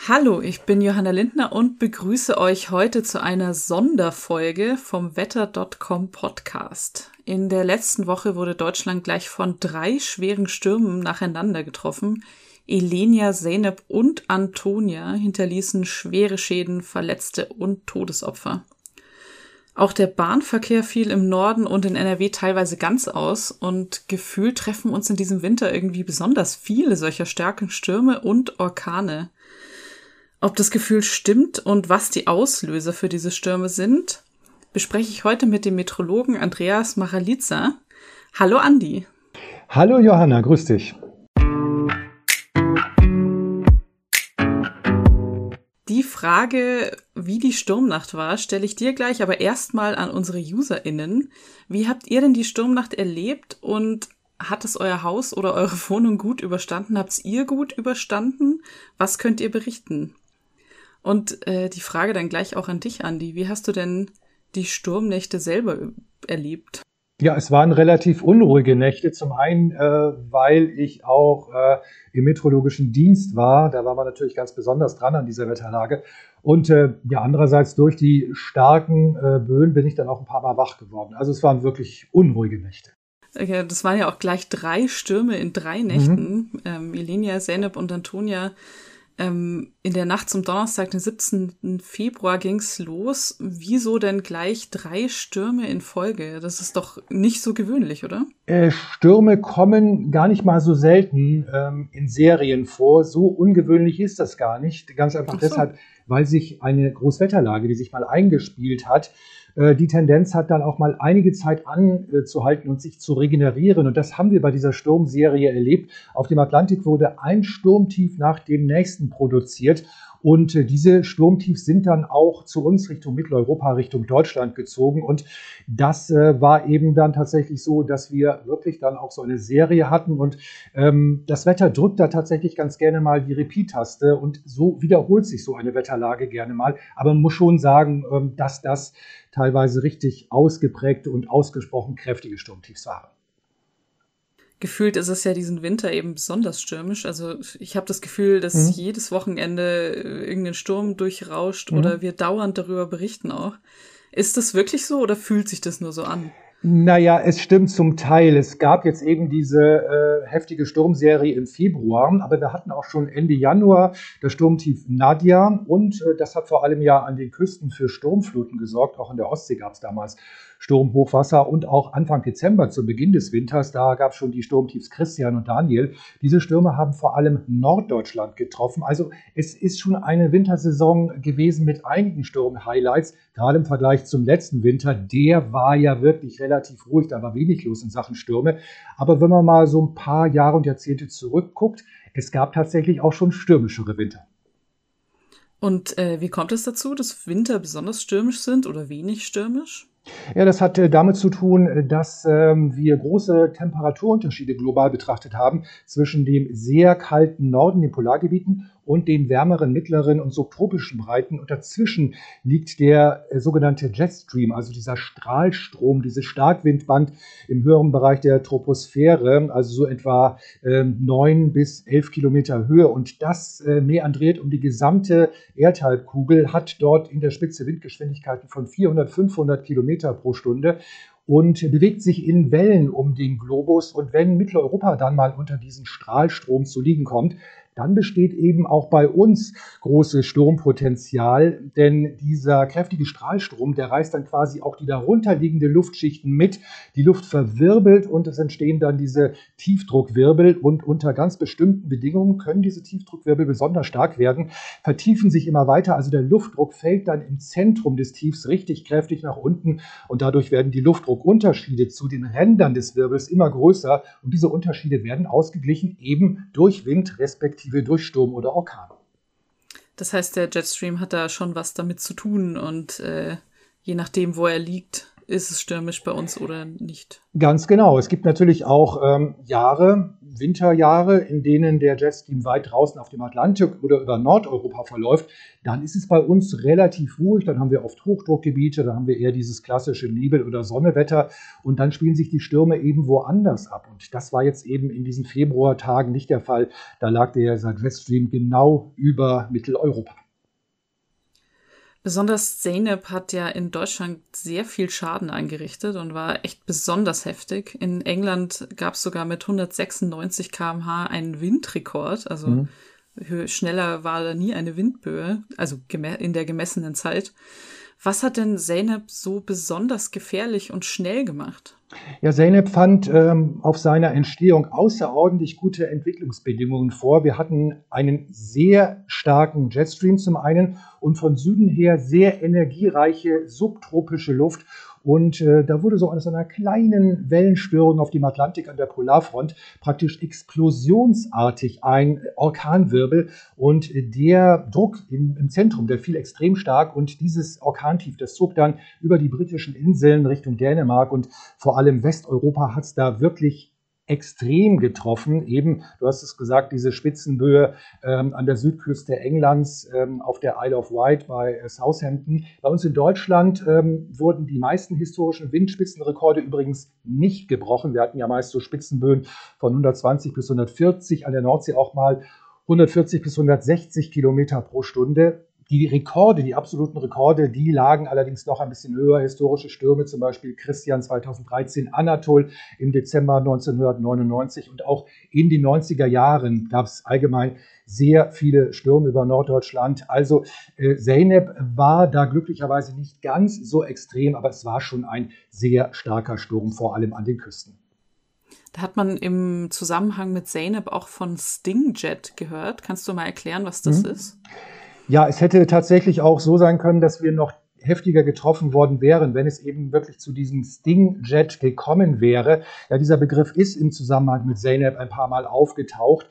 Hallo, ich bin Johanna Lindner und begrüße euch heute zu einer Sonderfolge vom Wetter.com Podcast. In der letzten Woche wurde Deutschland gleich von 3 schweren Stürmen nacheinander getroffen. Elenia, Zeynep und Antonia hinterließen schwere Schäden, Verletzte und Todesopfer. Auch der Bahnverkehr fiel im Norden und in NRW teilweise ganz aus und gefühlt treffen uns in diesem Winter irgendwie besonders viele solcher starken Stürme und Orkane. Ob das Gefühl stimmt und was die Auslöser für diese Stürme sind, bespreche ich heute mit dem Meteorologen Andreas Machalitza. Hallo Andi. Hallo Johanna, grüß dich. Die Frage, wie die Sturmnacht war, stelle ich dir gleich, aber erstmal an unsere UserInnen. Wie habt ihr denn die Sturmnacht erlebt und hat es euer Haus oder eure Wohnung gut überstanden? Habt ihr gut überstanden? Was könnt ihr berichten? Und die Frage dann gleich auch an dich, Andi. Wie hast du denn die Sturmnächte selber erlebt? Ja, es waren relativ unruhige Nächte. Zum einen, weil ich auch im meteorologischen Dienst war. Da war man natürlich ganz besonders dran an dieser Wetterlage. Und ja, andererseits durch die starken Böen bin ich dann auch ein paar Mal wach geworden. Also es waren wirklich unruhige Nächte. Okay, das waren ja auch gleich 3 Stürme in 3 Nächten. Elenia, Zeynep und Antonia. In der Nacht zum Donnerstag, den 17. Februar, ging's los. Wieso denn gleich 3 Stürme in Folge? Das ist doch nicht so gewöhnlich, oder? Stürme kommen gar nicht mal so selten in Serien vor. So ungewöhnlich ist das gar nicht. Ganz einfach deshalb, weil sich eine Großwetterlage, die sich mal eingespielt hat, die Tendenz hat dann auch mal einige Zeit anzuhalten und sich zu regenerieren. Und das haben wir bei dieser Sturmserie erlebt. Auf dem Atlantik wurde ein Sturmtief nach dem nächsten produziert. Und diese Sturmtiefs sind dann auch zu uns Richtung Mitteleuropa, Richtung Deutschland gezogen. Und das war eben dann tatsächlich so, dass wir wirklich dann auch so eine Serie hatten. Und das Wetter drückt da tatsächlich ganz gerne mal die Repeat-Taste. Und so wiederholt sich so eine Wetterlage gerne mal. Aber man muss schon sagen, dass das teilweise richtig ausgeprägte und ausgesprochen kräftige Sturmtiefs waren. Gefühlt ist es ja diesen Winter eben besonders stürmisch. Also ich habe das Gefühl, dass jedes Wochenende irgendein Sturm durchrauscht oder wir dauernd darüber berichten auch. Ist das wirklich so oder fühlt sich das nur so an? Naja, es stimmt zum Teil. Es gab jetzt eben diese heftige Sturmserie im Februar, aber wir hatten auch schon Ende Januar das Sturmtief Nadia und das hat vor allem ja an den Küsten für Sturmfluten gesorgt. Auch in der Ostsee gab es damals Sturmhochwasser und auch Anfang Dezember zu Beginn des Winters, da gab es schon die Sturmtiefs Christian und Daniel. Diese Stürme haben vor allem Norddeutschland getroffen. Also es ist schon eine Wintersaison gewesen mit einigen Sturm-Highlights, gerade im Vergleich zum letzten Winter. Der war ja wirklich relativ ruhig, da war wenig los in Sachen Stürme. Aber wenn man mal so ein paar Jahre und Jahrzehnte zurückguckt, es gab tatsächlich auch schon stürmischere Winter. Und wie kommt es dazu, dass Winter besonders stürmisch sind oder wenig stürmisch? Ja, das hat damit zu tun, dass wir große Temperaturunterschiede global betrachtet haben zwischen dem sehr kalten Norden, den Polargebieten, und den wärmeren mittleren und subtropischen Breiten. Und dazwischen liegt der sogenannte Jetstream, also dieser Strahlstrom, dieses Starkwindband im höheren Bereich der Troposphäre, also so etwa 9 bis 11 Kilometer Höhe. Und das meandriert um die gesamte Erdhalbkugel, hat dort in der Spitze Windgeschwindigkeiten von 400, 500 Kilometer pro Stunde und bewegt sich in Wellen um den Globus. Und wenn Mitteleuropa dann mal unter diesen Strahlstrom zu liegen kommt, dann besteht eben auch bei uns großes Sturmpotenzial, denn dieser kräftige Strahlstrom, der reißt dann quasi auch die darunterliegende Luftschichten mit. Die Luft verwirbelt und es entstehen dann diese Tiefdruckwirbel und unter ganz bestimmten Bedingungen können diese Tiefdruckwirbel besonders stark werden, vertiefen sich immer weiter. Also der Luftdruck fällt dann im Zentrum des Tiefs richtig kräftig nach unten und dadurch werden die Luftdruckunterschiede zu den Rändern des Wirbels immer größer und diese Unterschiede werden ausgeglichen eben durch Wind respektive durch Sturm oder Orkan. Das heißt, der Jetstream hat da schon was damit zu tun und je nachdem, wo er liegt, ist es stürmisch bei uns oder nicht? Ganz genau. Es gibt natürlich auch Winterjahre, in denen der Jetstream weit draußen auf dem Atlantik oder über Nordeuropa verläuft. Dann ist es bei uns relativ ruhig. Dann haben wir oft Hochdruckgebiete, dann haben wir eher dieses klassische Nebel- oder Sonnewetter. Und dann spielen sich die Stürme eben woanders ab. Und das war jetzt eben in diesen Februartagen nicht der Fall. Da lag der Jetstream genau über Mitteleuropa. Besonders Zeynep hat ja in Deutschland sehr viel Schaden angerichtet und war echt besonders heftig. In England gab es sogar mit 196 km/h einen Windrekord. Also schneller war da nie eine Windböe, also in der gemessenen Zeit. Was hat denn Zeynep so besonders gefährlich und schnell gemacht? Ja, Zeynep fand auf seiner Entstehung außerordentlich gute Entwicklungsbedingungen vor. Wir hatten einen sehr starken Jetstream zum einen und von Süden her sehr energiereiche subtropische Luft. Und da wurde so aus einer kleinen Wellenstörung auf dem Atlantik an der Polarfront praktisch explosionsartig ein Orkanwirbel. Und der Druck im Zentrum, der fiel extrem stark. Und dieses Orkantief, das zog dann über die britischen Inseln Richtung Dänemark. Und vor allem Westeuropa hat es da wirklich extrem getroffen. Eben, du hast es gesagt, diese Spitzenböe an der Südküste Englands auf der Isle of Wight bei Southampton. Bei uns in Deutschland wurden die meisten historischen Windspitzenrekorde übrigens nicht gebrochen. Wir hatten ja meist so Spitzenböen von 120 bis 140, an der Nordsee auch mal 140 bis 160 Kilometer pro Stunde. Die Rekorde, die absoluten Rekorde, die lagen allerdings noch ein bisschen höher. Historische Stürme, zum Beispiel Christian 2013, Anatol im Dezember 1999 und auch in den 90er Jahren gab es allgemein sehr viele Stürme über Norddeutschland. Also Zeynep war da glücklicherweise nicht ganz so extrem, aber es war schon ein sehr starker Sturm, vor allem an den Küsten. Da hat man im Zusammenhang mit Zeynep auch von Stingjet gehört. Kannst du mal erklären, was das ist? Ja, es hätte tatsächlich auch so sein können, dass wir noch heftiger getroffen worden wären, wenn es eben wirklich zu diesem Stingjet gekommen wäre. Ja, dieser Begriff ist im Zusammenhang mit Zeynep ein paar Mal aufgetaucht.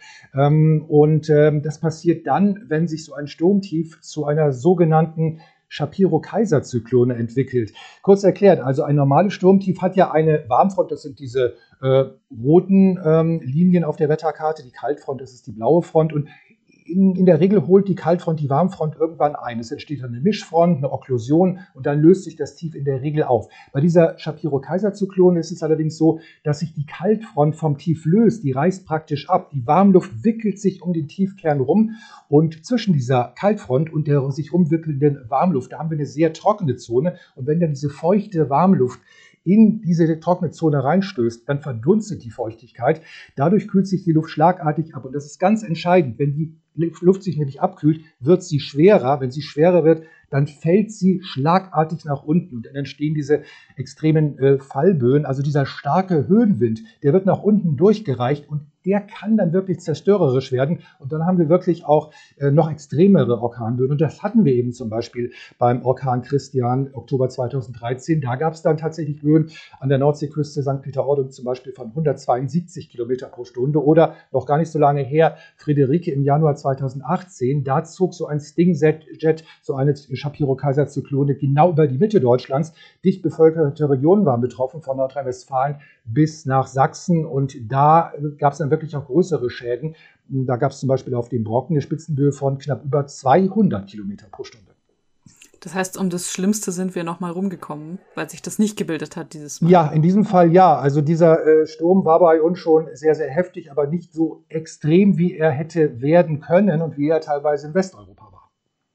Das passiert dann, wenn sich so ein Sturmtief zu einer sogenannten Shapiro-Kaiser-Zyklone entwickelt. Kurz erklärt, also ein normales Sturmtief hat ja eine Warmfront, das sind diese roten Linien auf der Wetterkarte, die Kaltfront, das ist die blaue Front und in der Regel holt die Kaltfront die Warmfront irgendwann ein. Es entsteht dann eine Mischfront, eine Okklusion und dann löst sich das Tief in der Regel auf. Bei dieser Shapiro-Kaiser-Zyklone ist es allerdings so, dass sich die Kaltfront vom Tief löst. Die reißt praktisch ab. Die Warmluft wickelt sich um den Tiefkern rum und zwischen dieser Kaltfront und der sich rumwickelnden Warmluft, da haben wir eine sehr trockene Zone. Und wenn dann diese feuchte Warmluft in diese trockene Zone reinstößt, dann verdunstet die Feuchtigkeit. Dadurch kühlt sich die Luft schlagartig ab. Und das ist ganz entscheidend. Wenn die Luft sich nämlich abkühlt, wird sie schwerer. Wenn sie schwerer wird, dann fällt sie schlagartig nach unten und dann entstehen diese extremen Fallböen. Also dieser starke Höhenwind, der wird nach unten durchgereicht und der kann dann wirklich zerstörerisch werden. Und dann haben wir wirklich auch noch extremere Orkanböen. Und das hatten wir eben zum Beispiel beim Orkan Christian, Oktober 2013. Da gab es dann tatsächlich Böen an der Nordseeküste St. Peter-Ording zum Beispiel von 172 Kilometer pro Stunde. Oder noch gar nicht so lange her, Friederike im Januar 2018. Da zog so ein Stingjet, so eine Shapiro-Kaiser-Zyklone genau über die Mitte Deutschlands. Dicht bevölkerte Regionen waren betroffen, von Nordrhein-Westfalen bis nach Sachsen. Und da gab es dann wirklich auch größere Schäden. Da gab es zum Beispiel auf dem Brocken eine Spitzenböe von knapp über 200 Kilometer pro Stunde. Das heißt, um das Schlimmste sind wir nochmal rumgekommen, weil sich das nicht gebildet hat dieses Mal. Ja, in diesem Fall ja. Also dieser Sturm war bei uns schon sehr, sehr heftig, aber nicht so extrem, wie er hätte werden können und wie er teilweise in Westeuropa war.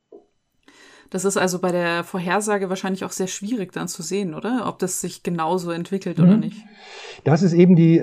Das ist also bei der Vorhersage wahrscheinlich auch sehr schwierig dann zu sehen, oder? Ob das sich genauso entwickelt oder nicht. Das ist eben die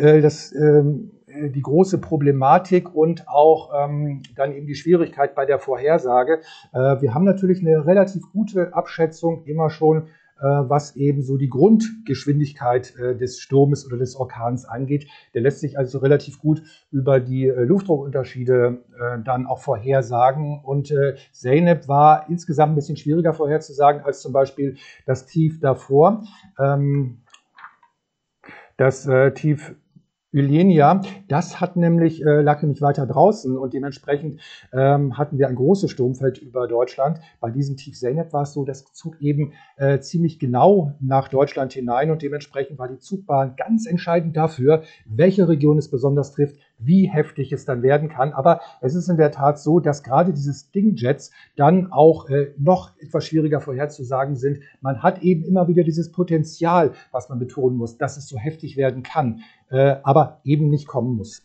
große Problematik und auch dann eben die Schwierigkeit bei der Vorhersage. Wir haben natürlich eine relativ gute Abschätzung immer schon, was eben so die Grundgeschwindigkeit des Sturmes oder des Orkans angeht. Der lässt sich also relativ gut über die Luftdruckunterschiede dann auch vorhersagen. Und Zeynep war insgesamt ein bisschen schwieriger vorherzusagen als zum Beispiel das Tief davor. Das Tief Ylenia, das lag nämlich weiter draußen und dementsprechend hatten wir ein großes Sturmfeld über Deutschland. Bei diesem Tief Zeynep war es so, das zog eben ziemlich genau nach Deutschland hinein und dementsprechend war die Zugbahn ganz entscheidend dafür, welche Region es besonders trifft, wie heftig es dann werden kann. Aber es ist in der Tat so, dass gerade diese Stingjets dann auch noch etwas schwieriger vorherzusagen sind. Man hat eben immer wieder dieses Potenzial, was man betonen muss, dass es so heftig werden kann, aber eben nicht kommen muss.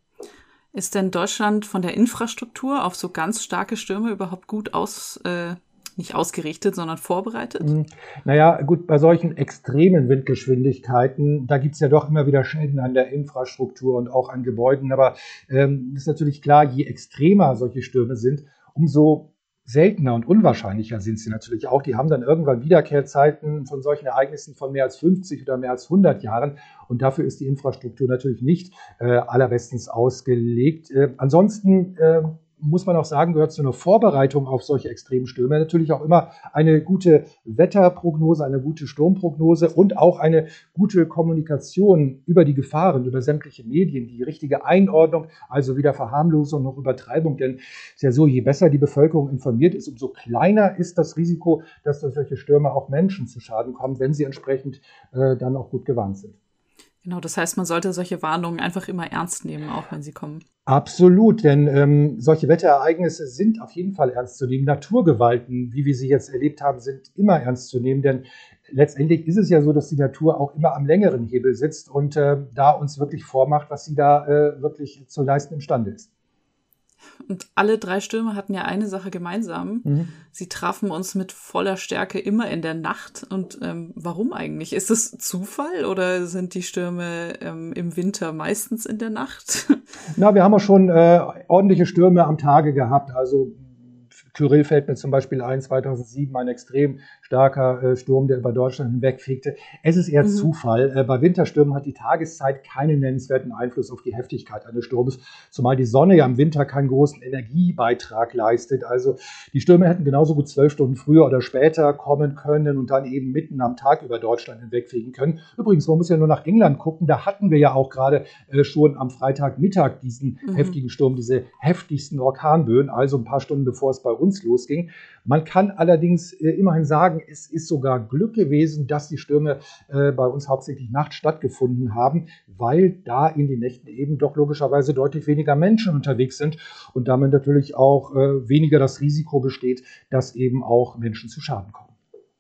Ist denn Deutschland von der Infrastruktur auf so ganz starke Stürme überhaupt gut nicht ausgerichtet, sondern vorbereitet? Naja, gut, bei solchen extremen Windgeschwindigkeiten, da gibt es ja doch immer wieder Schäden an der Infrastruktur und auch an Gebäuden. Aber ist natürlich klar, je extremer solche Stürme sind, umso seltener und unwahrscheinlicher sind sie natürlich auch. Die haben dann irgendwann Wiederkehrzeiten von solchen Ereignissen von mehr als 50 oder mehr als 100 Jahren. Und dafür ist die Infrastruktur natürlich nicht allerbestens ausgelegt. Ansonsten muss man auch sagen, gehört zu einer Vorbereitung auf solche extremen Stürme natürlich auch immer eine gute Wetterprognose, eine gute Sturmprognose und auch eine gute Kommunikation über die Gefahren, über sämtliche Medien, die richtige Einordnung, also weder Verharmlosung noch Übertreibung. Denn es ist ja so, je besser die Bevölkerung informiert ist, umso kleiner ist das Risiko, dass durch solche Stürme auch Menschen zu Schaden kommen, wenn sie entsprechend dann auch gut gewarnt sind. Genau, das heißt, man sollte solche Warnungen einfach immer ernst nehmen, auch wenn sie kommen. Absolut, denn solche Wetterereignisse sind auf jeden Fall ernst zu nehmen. Naturgewalten, wie wir sie jetzt erlebt haben, sind immer ernst zu nehmen, denn letztendlich ist es ja so, dass die Natur auch immer am längeren Hebel sitzt und da uns wirklich vormacht, was sie da wirklich zu leisten imstande ist. Und alle 3 Stürme hatten ja eine Sache gemeinsam. Sie trafen uns mit voller Stärke immer in der Nacht. Und warum eigentlich? Ist es Zufall oder sind die Stürme im Winter meistens in der Nacht? Na, wir haben auch schon ordentliche Stürme am Tage gehabt. Also Kyrill fällt mir zum Beispiel ein, 2007, ein extrem starker Sturm, der über Deutschland hinwegfegte. Es ist eher Zufall. Bei Winterstürmen hat die Tageszeit keinen nennenswerten Einfluss auf die Heftigkeit eines Sturmes, zumal die Sonne ja im Winter keinen großen Energiebeitrag leistet. Also die Stürme hätten genauso gut 12 Stunden früher oder später kommen können und dann eben mitten am Tag über Deutschland hinwegfegen können. Übrigens, man muss ja nur nach England gucken, da hatten wir ja auch gerade schon am Freitagmittag diesen heftigen Sturm, diese heftigsten Orkanböen, also ein paar Stunden bevor es bei uns losging. Man kann allerdings immerhin sagen, es ist sogar Glück gewesen, dass die Stürme bei uns hauptsächlich nachts stattgefunden haben, weil da in den Nächten eben doch logischerweise deutlich weniger Menschen unterwegs sind und damit natürlich auch weniger das Risiko besteht, dass eben auch Menschen zu Schaden kommen.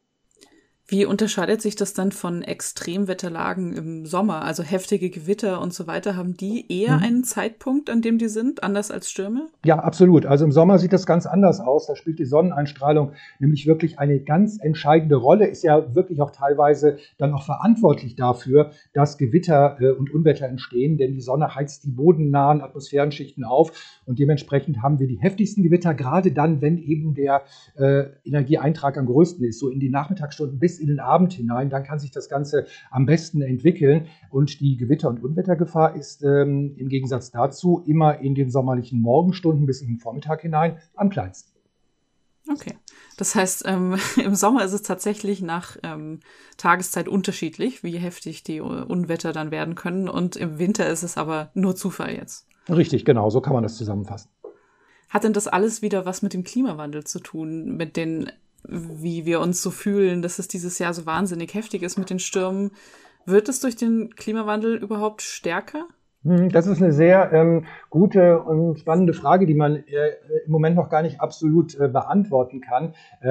Wie unterscheidet sich das dann von Extremwetterlagen im Sommer? Also heftige Gewitter und so weiter, haben die eher einen Zeitpunkt, an dem die sind, anders als Stürme? Ja, absolut. Also im Sommer sieht das ganz anders aus. Da spielt die Sonneneinstrahlung nämlich wirklich eine ganz entscheidende Rolle, ist ja wirklich auch teilweise dann auch verantwortlich dafür, dass Gewitter und Unwetter entstehen, denn die Sonne heizt die bodennahen Atmosphärenschichten auf und dementsprechend haben wir die heftigsten Gewitter, gerade dann, wenn eben der Energieeintrag am größten ist, so in die Nachmittagsstunden bis in den Abend hinein, dann kann sich das Ganze am besten entwickeln und die Gewitter- und Unwettergefahr ist im Gegensatz dazu immer in den sommerlichen Morgenstunden bis in den Vormittag hinein am kleinsten. Okay, das heißt, im Sommer ist es tatsächlich nach Tageszeit unterschiedlich, wie heftig die Unwetter dann werden können und im Winter ist es aber nur Zufall jetzt. Richtig, genau, so kann man das zusammenfassen. Hat denn das alles wieder was mit dem Klimawandel zu tun, mit den, wie wir uns so fühlen, dass es dieses Jahr so wahnsinnig heftig ist mit den Stürmen? Wird es durch den Klimawandel überhaupt stärker? Das ist eine sehr gute und spannende Frage, die man im Moment noch gar nicht absolut beantworten kann.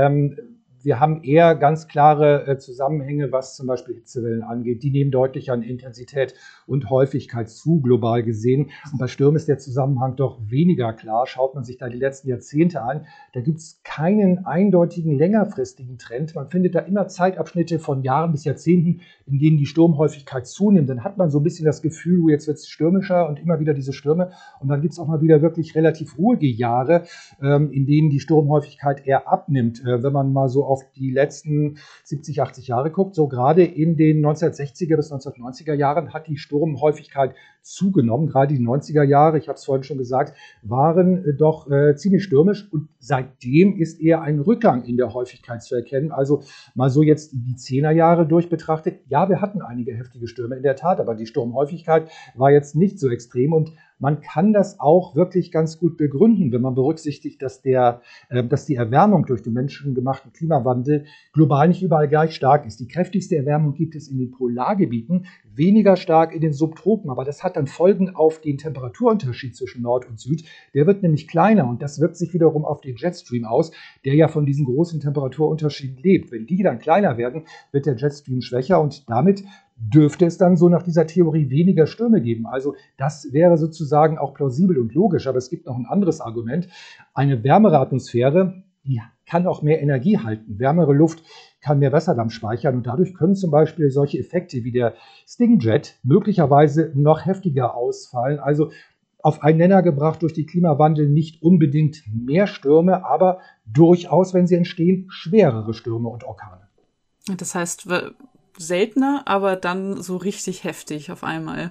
Wir haben eher ganz klare Zusammenhänge, was zum Beispiel Hitzewellen angeht. Die nehmen deutlich an Intensität und Häufigkeit zu, global gesehen. Und bei Stürmen ist der Zusammenhang doch weniger klar. Schaut man sich da die letzten Jahrzehnte an, da gibt es keinen eindeutigen längerfristigen Trend. Man findet da immer Zeitabschnitte von Jahren bis Jahrzehnten, in denen die Sturmhäufigkeit zunimmt. Dann hat man so ein bisschen das Gefühl, jetzt wird es stürmischer und immer wieder diese Stürme. Und dann gibt es auch mal wieder wirklich relativ ruhige Jahre, in denen die Sturmhäufigkeit eher abnimmt. Wenn man mal so auf die letzten 70, 80 Jahre guckt, so gerade in den 1960er bis 1990er Jahren hat die Sturmhäufigkeit zugenommen. Gerade die 90er Jahre, ich habe es vorhin schon gesagt, waren doch ziemlich stürmisch und seitdem ist eher ein Rückgang in der Häufigkeit zu erkennen. Also mal so jetzt die 10er Jahre durch betrachtet. Ja, wir hatten einige heftige Stürme in der Tat, aber die Sturmhäufigkeit war jetzt nicht so extrem und man kann das auch wirklich ganz gut begründen, wenn man berücksichtigt, dass die Erwärmung durch den menschengemachten Klimawandel global nicht überall gleich stark ist. Die kräftigste Erwärmung gibt es in den Polargebieten, weniger stark in den Subtropen, aber das hat dann Folgen auf den Temperaturunterschied zwischen Nord und Süd. Der wird nämlich kleiner und das wirkt sich wiederum auf den Jetstream aus, der ja von diesen großen Temperaturunterschieden lebt. Wenn die dann kleiner werden, wird der Jetstream schwächer und damit dürfte es dann so nach dieser Theorie weniger Stürme geben. Also das wäre sozusagen auch plausibel und logisch, aber es gibt noch ein anderes Argument. Eine wärmere Atmosphäre, die kann auch mehr Energie halten. Wärmere Luft kann mehr Wasserdampf speichern und dadurch können zum Beispiel solche Effekte wie der Stingjet möglicherweise noch heftiger ausfallen. Also auf einen Nenner gebracht durch den Klimawandel nicht unbedingt mehr Stürme, aber durchaus, wenn sie entstehen, schwerere Stürme und Orkane. Das heißt, seltener, aber dann so richtig heftig auf einmal.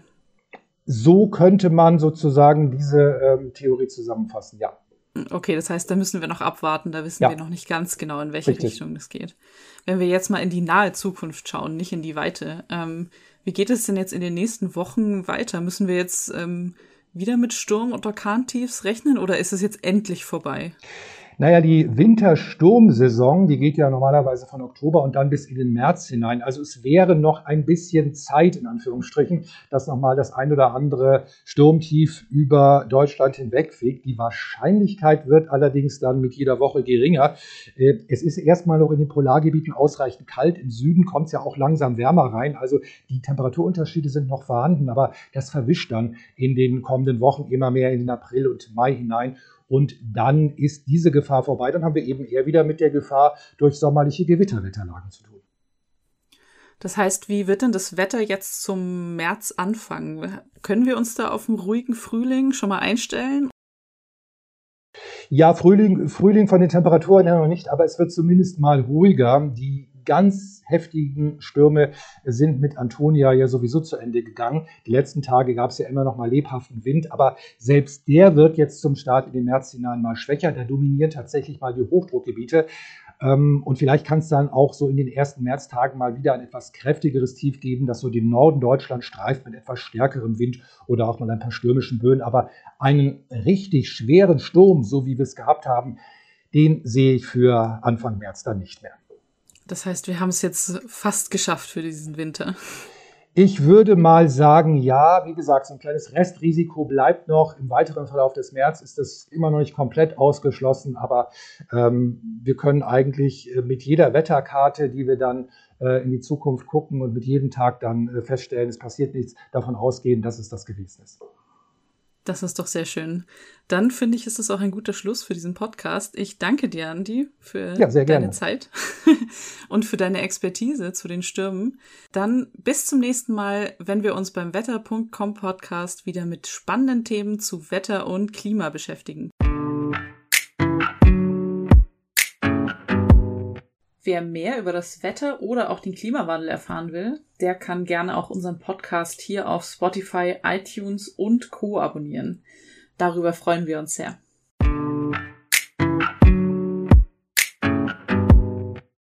So könnte man sozusagen diese Theorie zusammenfassen, ja. Okay, das heißt, da müssen wir noch abwarten, da wissen wir noch nicht ganz genau, in welche Richtung das geht. Wenn wir jetzt mal in die nahe Zukunft schauen, nicht in die Weite, wie geht es denn jetzt in den nächsten Wochen weiter? Müssen wir jetzt wieder mit Sturm- und Orkantiefs rechnen oder ist es jetzt endlich vorbei? Naja, die Wintersturmsaison, die geht ja normalerweise von Oktober und dann bis in den März hinein. Also es wäre noch ein bisschen Zeit, in Anführungsstrichen, dass nochmal das ein oder andere Sturmtief über Deutschland hinwegfegt. Die Wahrscheinlichkeit wird allerdings dann mit jeder Woche geringer. Es ist erstmal noch in den Polargebieten ausreichend kalt. Im Süden kommt es ja auch langsam wärmer rein. Also die Temperaturunterschiede sind noch vorhanden, aber das verwischt dann in den kommenden Wochen immer mehr in den April und Mai hinein. Und dann ist diese Gefahr vorbei. Dann haben wir eben eher wieder mit der Gefahr durch sommerliche Gewitterwetterlagen zu tun. Das heißt, wie wird denn das Wetter jetzt zum März anfangen? Können wir uns da auf einen ruhigen Frühling schon mal einstellen? Ja, Frühling von den Temperaturen her noch nicht, aber es wird zumindest mal ruhiger. Die ganz heftigen Stürme sind mit Antonia ja sowieso zu Ende gegangen. Die letzten Tage gab es ja immer noch mal lebhaften Wind, aber selbst der wird jetzt zum Start in den März hinein mal schwächer. Da dominieren tatsächlich mal die Hochdruckgebiete. Und vielleicht kann es dann auch so in den ersten Märztagen mal wieder ein etwas kräftigeres Tief geben, das so den Norden Deutschlands streift mit etwas stärkerem Wind oder auch mal ein paar stürmischen Böen. Aber einen richtig schweren Sturm, so wie wir es gehabt haben, den sehe ich für Anfang März dann nicht mehr. Das heißt, wir haben es jetzt fast geschafft für diesen Winter. Ich würde mal sagen, ja, wie gesagt, so ein kleines Restrisiko bleibt noch. Im weiteren Verlauf des März ist das immer noch nicht komplett ausgeschlossen, aber wir können eigentlich mit jeder Wetterkarte, die wir dann in die Zukunft gucken und mit jedem Tag dann feststellen, es passiert nichts, davon ausgehen, dass es das gewesen ist. Das ist doch sehr schön. Dann finde ich, ist es auch ein guter Schluss für diesen Podcast. Ich danke dir, Andi, für deine Zeit und für deine Expertise zu den Stürmen. Dann bis zum nächsten Mal, wenn wir uns beim Wetter.com Podcast wieder mit spannenden Themen zu Wetter und Klima beschäftigen. Wer mehr über das Wetter oder auch den Klimawandel erfahren will, der kann gerne auch unseren Podcast hier auf Spotify, iTunes und Co. abonnieren. Darüber freuen wir uns sehr.